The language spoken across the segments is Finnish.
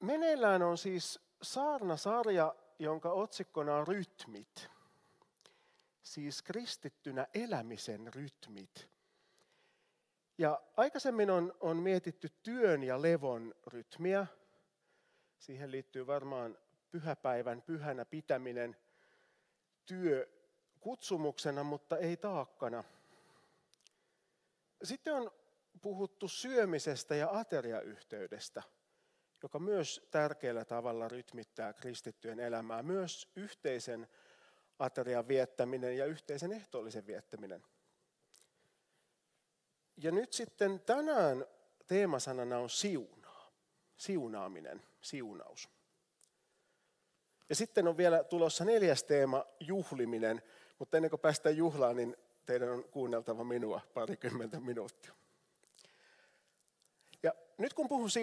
Meneillään on siis saarnasarja, jonka otsikkona on rytmit. Siis kristittynä elämisen rytmit. Ja aikaisemmin on mietitty työn ja levon rytmiä. Siihen liittyy varmaan pyhäpäivän pyhänä pitäminen työ kutsumuksena, mutta ei taakkana. Sitten on puhuttu syömisestä ja ateriayhteydestä, joka myös tärkeällä tavalla rytmittää kristittyjen elämää. Myös yhteisen aterian viettäminen ja yhteisen ehtoollisen viettäminen. Ja nyt sitten tänään teemasanana on siunaaminen, siunaus. Ja sitten on vielä tulossa 4. teema, juhliminen, mutta ennen kuin päästään juhlaan, niin teidän on kuunneltava minua parikymmentä minuuttia. Ja nyt kun puhun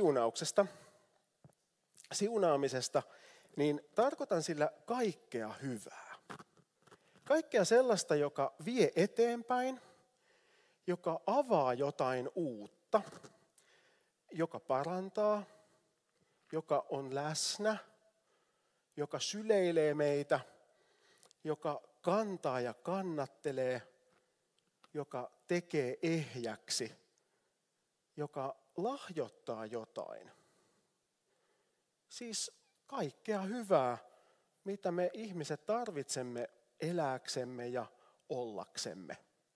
siunaamisesta, niin tarkoitan sillä kaikkea hyvää. Kaikkea sellaista, joka vie eteenpäin, joka avaa jotain uutta, joka parantaa, joka on läsnä, joka syleilee meitä, joka kantaa ja kannattelee, joka tekee ehjäksi, joka lahjoittaa jotain. Siis kaikkea hyvää, mitä me ihmiset tarvitsemme elääksemme ja ollaksemme.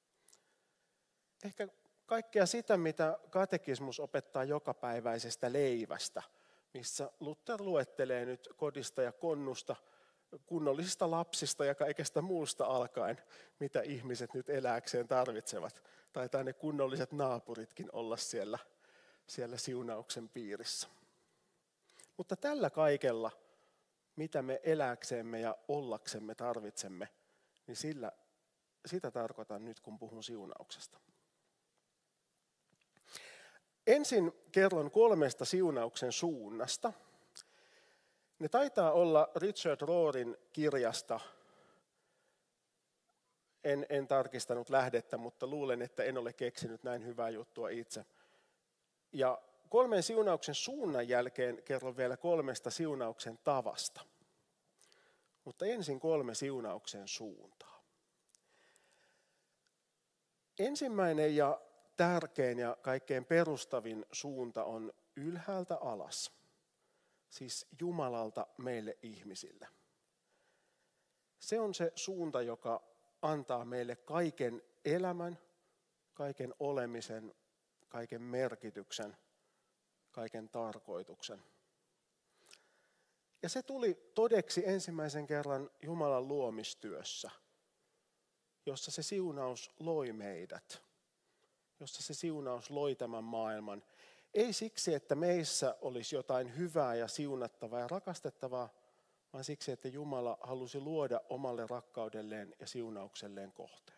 Ehkä kaikkea sitä, mitä katekismus opettaa jokapäiväisestä leivästä, missä Luther luettelee nyt kodista ja konnusta, kunnollisista lapsista ja kaikesta muusta alkaen, mitä ihmiset nyt elääkseen tarvitsevat. Taitaa ne kunnolliset naapuritkin olla siellä siunauksen piirissä. Mutta tällä kaikella, mitä me elääksemme ja ollaksemme tarvitsemme, niin sitä tarkoitan nyt, kun puhun siunauksesta. Ensin kerron 3 siunauksen suunnasta. Ne taitaa olla Richard Roorin kirjasta. En tarkistanut lähdettä, mutta luulen, että en ole keksinyt näin hyvää juttua itse. Ja 3 siunauksen suunnan jälkeen kerron vielä 3 siunauksen tavasta. Mutta ensin 3 siunauksen suuntaa. Ensimmäinen ja tärkein ja kaikkein perustavin suunta on ylhäältä alas. Siis Jumalalta meille ihmisille. Se on se suunta, joka antaa meille kaiken elämän, kaiken olemisen, kaiken merkityksen, kaiken tarkoituksen. Ja se tuli todeksi ensimmäisen kerran Jumalan luomistyössä, jossa se siunaus loi meidät, jossa se siunaus loi tämän maailman. Ei siksi, että meissä olisi jotain hyvää ja siunattavaa ja rakastettavaa, vaan siksi, että Jumala halusi luoda omalle rakkaudelleen ja siunaukselleen kohteen.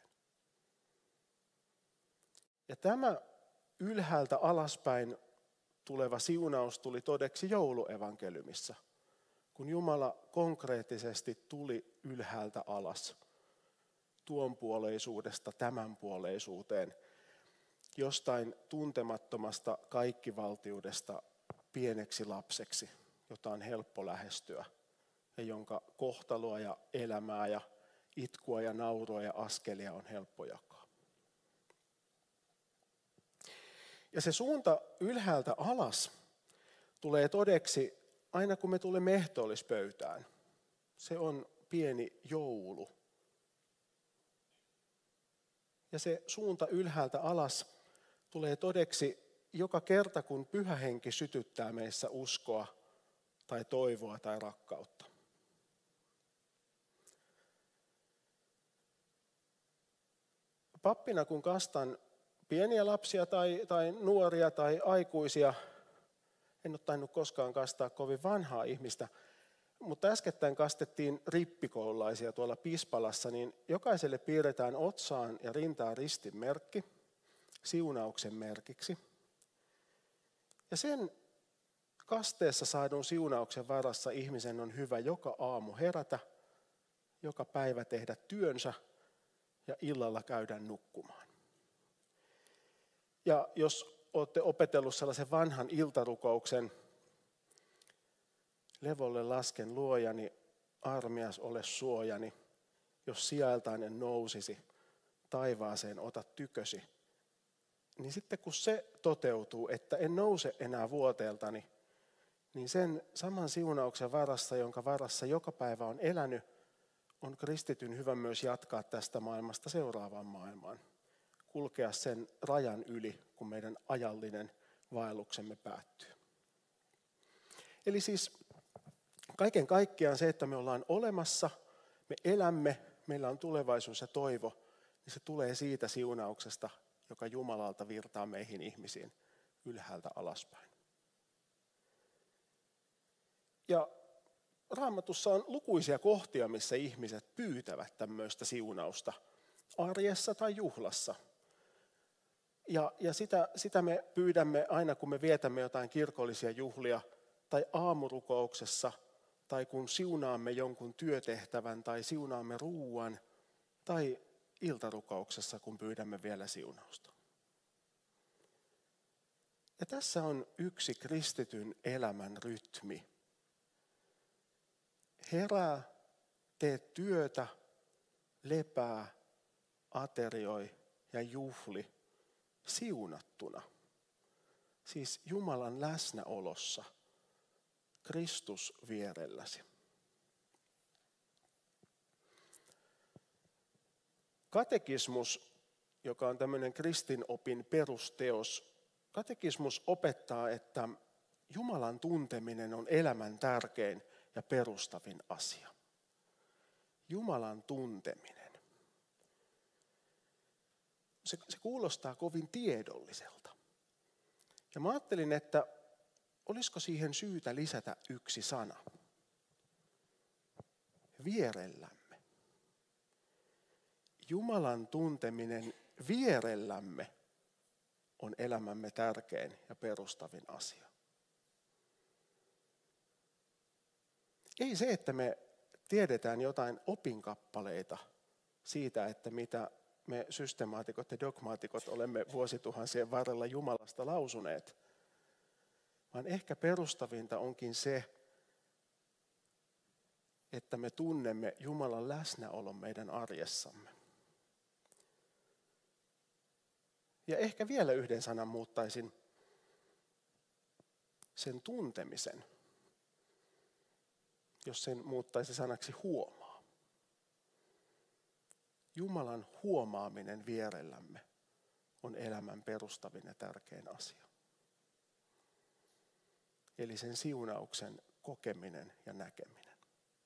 Ja tämä ylhäältä alaspäin tuleva siunaus tuli todeksi jouluevankeliumissa, kun Jumala konkreettisesti tuli ylhäältä alas, tuonpuoleisuudesta tämänpuoleisuuteen, jostain tuntemattomasta kaikkivaltiudesta pieneksi lapseksi, jota on helppo lähestyä ja jonka kohtaloa ja elämää ja itkua ja naurua ja askelia on helppo jakaa. Ja se suunta ylhäältä alas tulee todeksi aina kun me tulemme ehtoollispöytään. Se on pieni joulu. Ja se suunta ylhäältä alas tulee todeksi joka kerta, kun Pyhä Henki sytyttää meissä uskoa tai toivoa tai rakkautta. Pappina kun kastan pieniä lapsia tai nuoria tai aikuisia, en ole tainnut koskaan kastaa kovin vanhaa ihmistä, mutta äskettäin kastettiin rippikoululaisia tuolla Pispalassa, niin jokaiselle piirretään otsaan ja rintaan ristin merkki, siunauksen merkiksi. Ja sen kasteessa saadun siunauksen varassa ihmisen on hyvä joka aamu herätä, joka päivä tehdä työnsä ja illalla käydä nukkumaan. Ja jos olette opetellut sellaisen vanhan iltarukouksen, Levolle lasken luojani, armias ole suojani. Jos sijailtaan en nousisi, taivaaseen ota tykösi. Niin sitten kun se toteutuu, että en nouse enää vuoteeltani, niin sen saman siunauksen varassa, jonka varassa joka päivä on elänyt, on kristityn hyvä myös jatkaa tästä maailmasta seuraavaan maailmaan. Kulkea sen rajan yli, kun meidän ajallinen vaelluksemme päättyy. Eli siis kaiken kaikkiaan se, että me ollaan olemassa, me elämme, meillä on tulevaisuus ja toivo, niin se tulee siitä siunauksesta, joka Jumalalta virtaa meihin ihmisiin ylhäältä alaspäin. Ja Raamatussa on lukuisia kohtia, missä ihmiset pyytävät tämmöistä siunausta arjessa tai juhlassa. Ja sitä me pyydämme aina, kun me vietämme jotain kirkollisia juhlia tai aamurukouksessa tai kun siunaamme jonkun työtehtävän tai siunaamme ruuan tai iltarukouksessa, kun pyydämme vielä siunausta. Ja tässä on yksi kristityn elämän rytmi. Herää, tee työtä, lepää, aterioi ja juhli siunattuna. Siis Jumalan läsnäolossa, Kristus vierelläsi. Katekismus, joka on tämmöinen kristinopin perusteos, katekismus opettaa, että Jumalan tunteminen on elämän tärkein ja perustavin asia. Jumalan tunteminen. Se kuulostaa kovin tiedolliselta. Ja mä ajattelin, että olisiko siihen syytä lisätä yksi sana. Vierellämme. Jumalan tunteminen vierellämme on elämämme tärkein ja perustavin asia. Ei se, että me tiedetään jotain opinkappaleita siitä, että mitä me systemaatikot ja dogmaatikot olemme vuosituhansien varrella Jumalasta lausuneet, vaan ehkä perustavinta onkin se, että me tunnemme Jumalan läsnäolon meidän arjessamme. Ja ehkä vielä yhden sanan muuttaisin sen tuntemisen, jos sen muuttaisi sanaksi huomaa. Jumalan huomaaminen vierellämme on elämän perustavin ja tärkein asia. Eli sen siunauksen kokeminen ja näkeminen.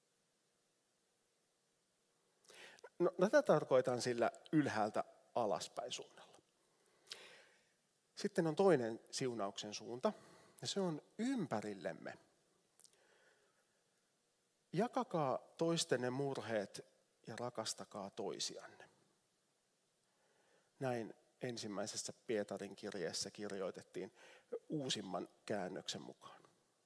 No, tätä tarkoitan sillä ylhäältä alaspäin suunnalla. Sitten on toinen siunauksen suunta, ja se on ympärillemme. Jakakaa toistenne murheet ja rakastakaa toisianne. Näin ensimmäisessä Pietarin kirjeessä kirjoitettiin uusimman käännöksen mukaan.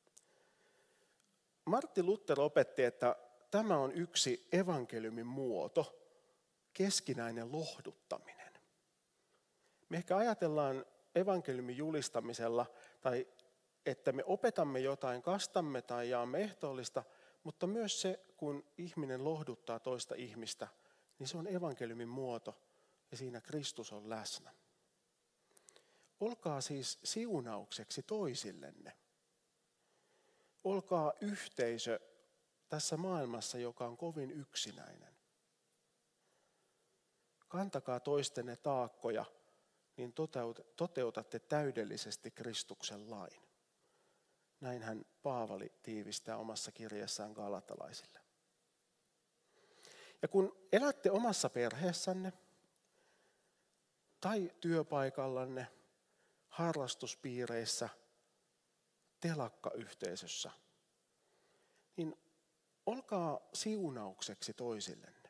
Martti Luther opetti, että tämä on yksi evankeliumin muoto, keskinäinen lohduttaminen. Me ehkä ajatellaan evankeliumin julistamisella, tai että me opetamme jotain, kastamme tai jaamme ehtoollista, mutta myös se, kun ihminen lohduttaa toista ihmistä, niin se on evankeliumin muoto ja siinä Kristus on läsnä. Olkaa siis siunaukseksi toisillenne. Olkaa yhteisö tässä maailmassa, joka on kovin yksinäinen. Kantakaa toistenne taakkoja, niin toteutatte täydellisesti Kristuksen lain. Näinhän Paavali tiivistää omassa kirjassaan galatalaisille. Ja kun elätte omassa perheessänne tai työpaikallanne, harrastuspiireissä, telakkayhteisössä, niin olkaa siunaukseksi toisillenne.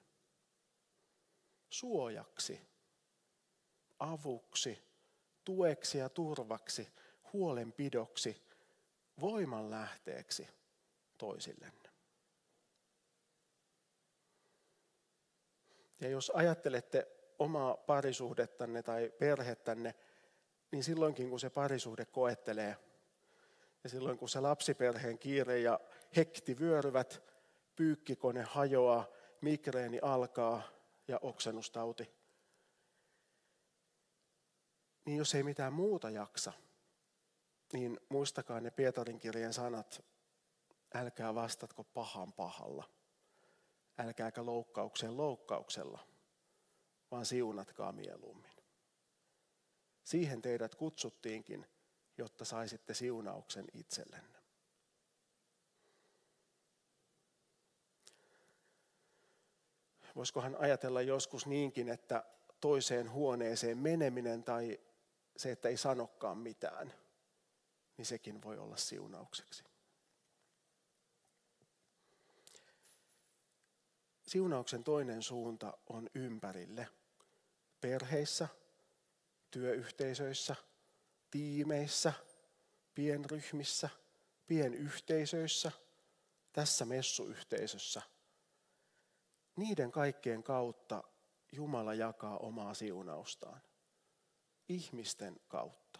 Suojaksi, avuksi, tueksi ja turvaksi, huolenpidoksi, voimanlähteeksi toisillenne. Ja jos ajattelette omaa parisuhdettanne tai perhettänne, niin silloinkin kun se parisuhde koettelee, Ja silloin kun se lapsiperheen kiire ja hekti vyöryvät, pyykkikone hajoaa, migreeni alkaa ja oksennustauti. Niin jos ei mitään muuta jaksa, niin muistakaa ne Pietarin kirjeen sanat, älkää vastatko pahan pahalla, älkääkä loukkaukseen loukkauksella, vaan siunatkaa mieluummin. Siihen teidät kutsuttiinkin, jotta saisitte siunauksen itsellenne. Voisikohan ajatella joskus niinkin, että toiseen huoneeseen meneminen tai se, että ei sanokaan mitään, niin sekin voi olla siunaukseksi. Siunauksen toinen suunta on ympärille, perheissä, työyhteisöissä, tiimeissä, pienryhmissä, pienyhteisöissä, tässä messuyhteisössä. Niiden kaikkien kautta Jumala jakaa omaa siunaustaan. Ihmisten kautta.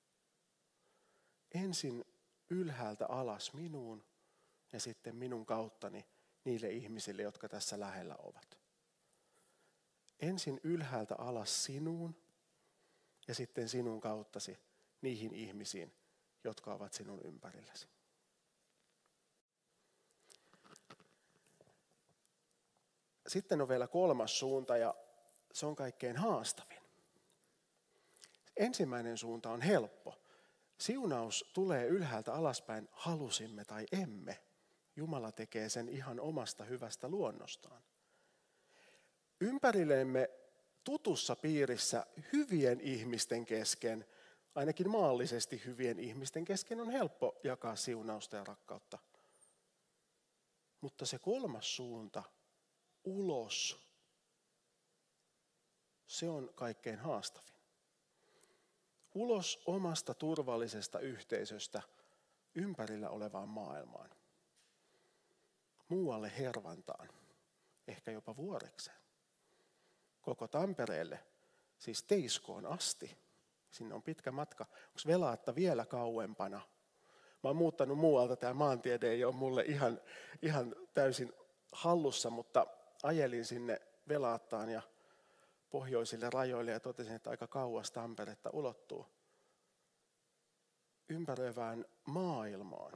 Ensin ylhäältä alas minuun ja sitten minun kauttani niille ihmisille, jotka tässä lähellä ovat. Ensin ylhäältä alas sinuun ja sitten sinun kauttasi niihin ihmisiin, jotka ovat sinun ympärilläsi. Sitten on vielä kolmas suunta ja se on kaikkein haastavin. Ensimmäinen suunta on helppo. Siunaus tulee ylhäältä alaspäin, halusimme tai emme. Jumala tekee sen ihan omasta hyvästä luonnostaan. Ympärillemme tutussa piirissä hyvien ihmisten kesken, ainakin maallisesti hyvien ihmisten kesken on helppo jakaa siunausta ja rakkautta. Mutta se kolmas suunta, ulos, se on kaikkein haastavin. Ulos omasta turvallisesta yhteisöstä ympärillä olevaan maailmaan. Muualle Hervantaan, ehkä jopa Vuorekseen. Koko Tampereelle, siis Teiskoon asti. Sinne on pitkä matka. Onko Velaatta vielä kauempana? Mä oon muuttanut muualta, tämä maantiede ei ole mulle ihan täysin hallussa, mutta ajelin sinne Velaattaan ja pohjoisille rajoille ja totesin, että aika kauas Tamperetta ulottuu ympäröivään maailmaan.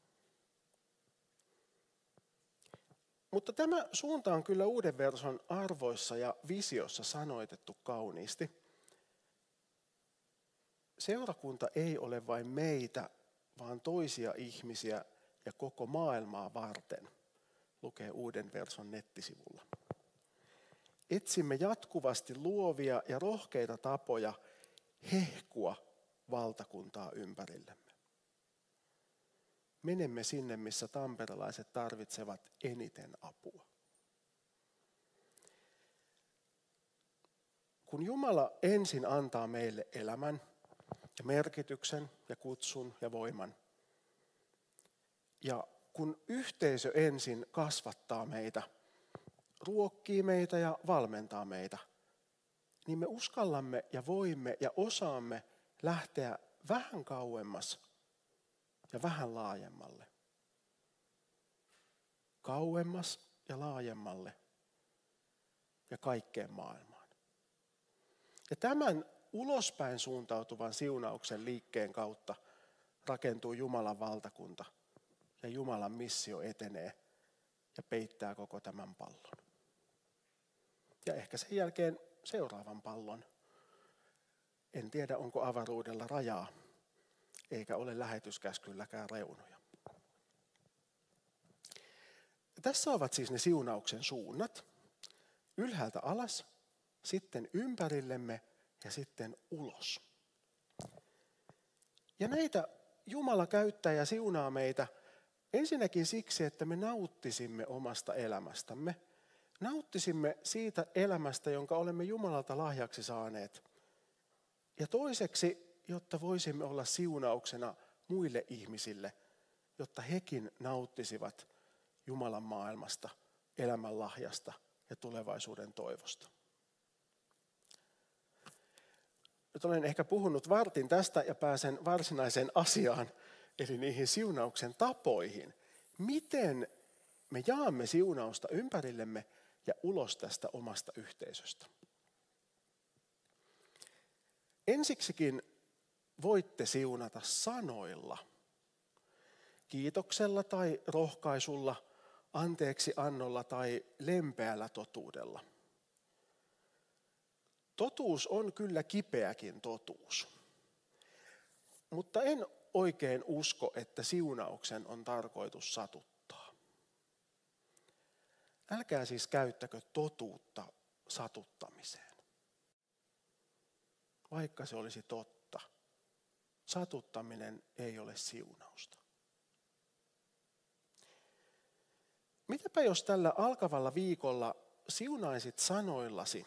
Mutta tämä suunta on kyllä Uuden verson arvoissa ja visiossa sanoitettu kauniisti. Seurakunta ei ole vain meitä, vaan toisia ihmisiä ja koko maailmaa varten, lukee Uuden verson nettisivulla. Etsimme jatkuvasti luovia ja rohkeita tapoja hehkua valtakuntaa ympärillemme. Menemme sinne, missä tamperelaiset tarvitsevat eniten apua. Kun Jumala ensin antaa meille elämän ja merkityksen ja kutsun ja voiman, ja kun yhteisö ensin kasvattaa meitä, ruokkii meitä ja valmentaa meitä, niin me uskallamme ja voimme ja osaamme lähteä vähän kauemmas ja vähän laajemmalle. Kauemmas ja laajemmalle ja kaikkeen maailmaan. Ja tämän ulospäin suuntautuvan siunauksen liikkeen kautta rakentuu Jumalan valtakunta ja Jumalan missio etenee ja peittää koko tämän pallon. Ja ehkä sen jälkeen seuraavan pallon. En tiedä, onko avaruudella rajaa, eikä ole lähetyskäskylläkään reunoja. Tässä ovat siis ne siunauksen suunnat. Ylhäältä alas, sitten ympärillemme ja sitten ulos. Ja näitä Jumala käyttää ja siunaa meitä ensinnäkin siksi, että me nauttisimme omasta elämästämme. Nauttisimme siitä elämästä, jonka olemme Jumalalta lahjaksi saaneet. Ja toiseksi, jotta voisimme olla siunauksena muille ihmisille, jotta hekin nauttisivat Jumalan maailmasta, elämän lahjasta ja tulevaisuuden toivosta. Nyt olen ehkä puhunut vartin tästä ja pääsen varsinaiseen asiaan, eli niihin siunauksen tapoihin. Miten me jaamme siunausta ympärillemme ja ulos tästä omasta yhteisöstä. Ensiksikin voitte siunata sanoilla, kiitoksella tai rohkaisulla, anteeksi annolla tai lempeällä totuudella. Totuus on kyllä kipeäkin totuus, mutta en oikein usko, että siunauksen on tarkoitus satuttaa. Älkää siis käyttäkö totuutta satuttamiseen. Vaikka se olisi totta, satuttaminen ei ole siunausta. Mitäpä jos tällä alkavalla viikolla siunaisit sanoillasi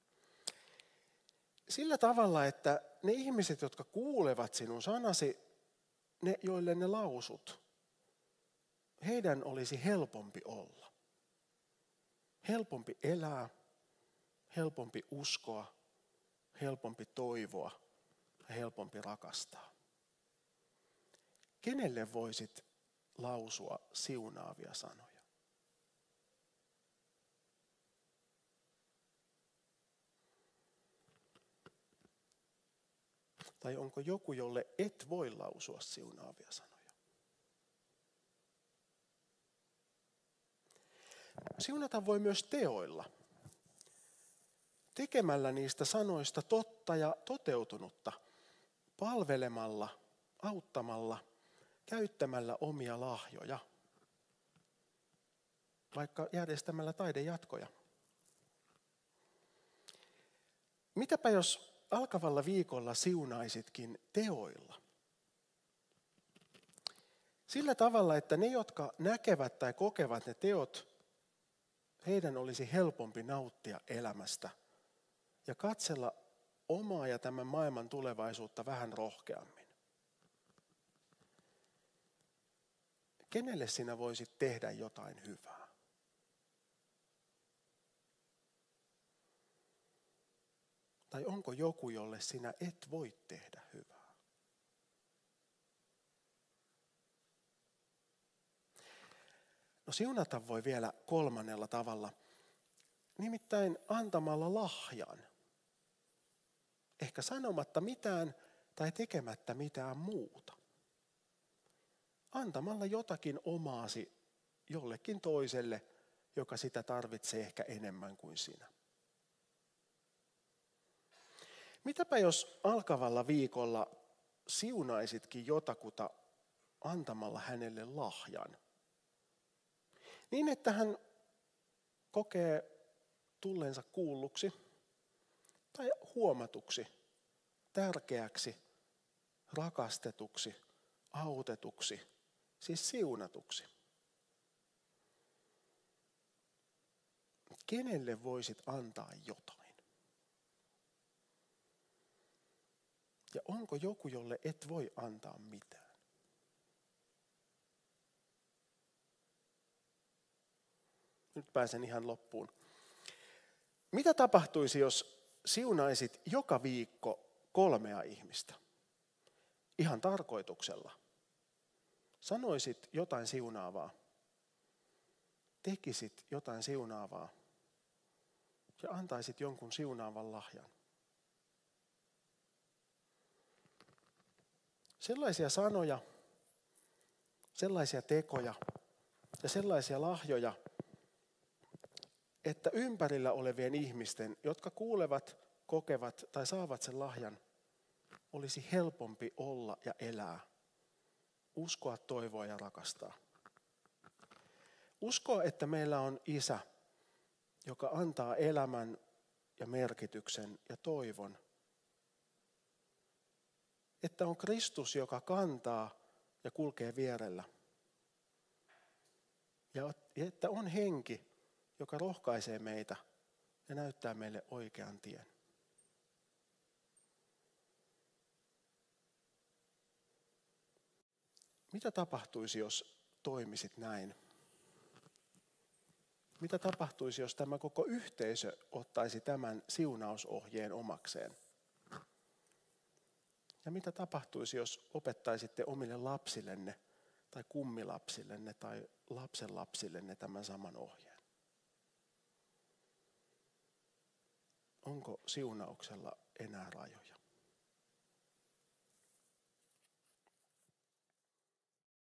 sillä tavalla, että ne ihmiset, jotka kuulevat sinun sanasi, ne joille ne lausut, heidän olisi helpompi olla. Helpompi elää, helpompi uskoa, helpompi toivoa ja helpompi rakastaa. Kenelle voisit lausua siunaavia sanoja? Tai onko joku, jolle et voi lausua siunaavia sanoja? Siunata voi myös teoilla. Tekemällä niistä sanoista totta ja toteutunutta, palvelemalla, auttamalla, käyttämällä omia lahjoja, vaikka järjestämällä taidejatkoja. Mitäpä jos alkavalla viikolla siunaisitkin teoilla? Sillä tavalla, että ne, jotka näkevät tai kokevat ne teot, heidän olisi helpompi nauttia elämästä ja katsella omaa ja tämän maailman tulevaisuutta vähän rohkeammin. Kenelle sinä voisit tehdä jotain hyvää? Tai onko joku, jolle sinä et voi tehdä hyvää? No siunata voi vielä kolmannella tavalla, nimittäin antamalla lahjan. Ehkä sanomatta mitään tai tekemättä mitään muuta. Antamalla jotakin omaasi jollekin toiselle, joka sitä tarvitsee ehkä enemmän kuin sinä. Mitäpä jos alkavalla viikolla siunaisitkin jotakuta antamalla hänelle lahjan? Niin, että hän kokee tulleensa kuulluksi tai huomatuksi, tärkeäksi, rakastetuksi, autetuksi, siis siunatuksi. Kenelle voisit antaa jotain? Ja onko joku, jolle et voi antaa mitään? Nyt pääsen ihan loppuun. Mitä tapahtuisi, jos siunaisit joka viikko 3 ihmistä? Ihan tarkoituksella. Sanoisit jotain siunaavaa. Tekisit jotain siunaavaa. Ja antaisit jonkun siunaavan lahjan. Sellaisia sanoja, sellaisia tekoja ja sellaisia lahjoja, että ympärillä olevien ihmisten, jotka kuulevat, kokevat tai saavat sen lahjan, olisi helpompi olla ja elää, uskoa, toivoa ja rakastaa. Uskoa, että meillä on Isä, joka antaa elämän ja merkityksen ja toivon. Että on Kristus, joka kantaa ja kulkee vierellä. Ja että on henki, joka rohkaisee meitä ja näyttää meille oikean tien. Mitä tapahtuisi, jos toimisit näin? Mitä tapahtuisi, jos tämä koko yhteisö ottaisi tämän siunausohjeen omakseen? Ja mitä tapahtuisi, jos opettaisitte omille lapsillenne tai kummilapsillenne tai lapsenlapsillenne tämän saman ohjeen? Onko siunauksella enää rajoja?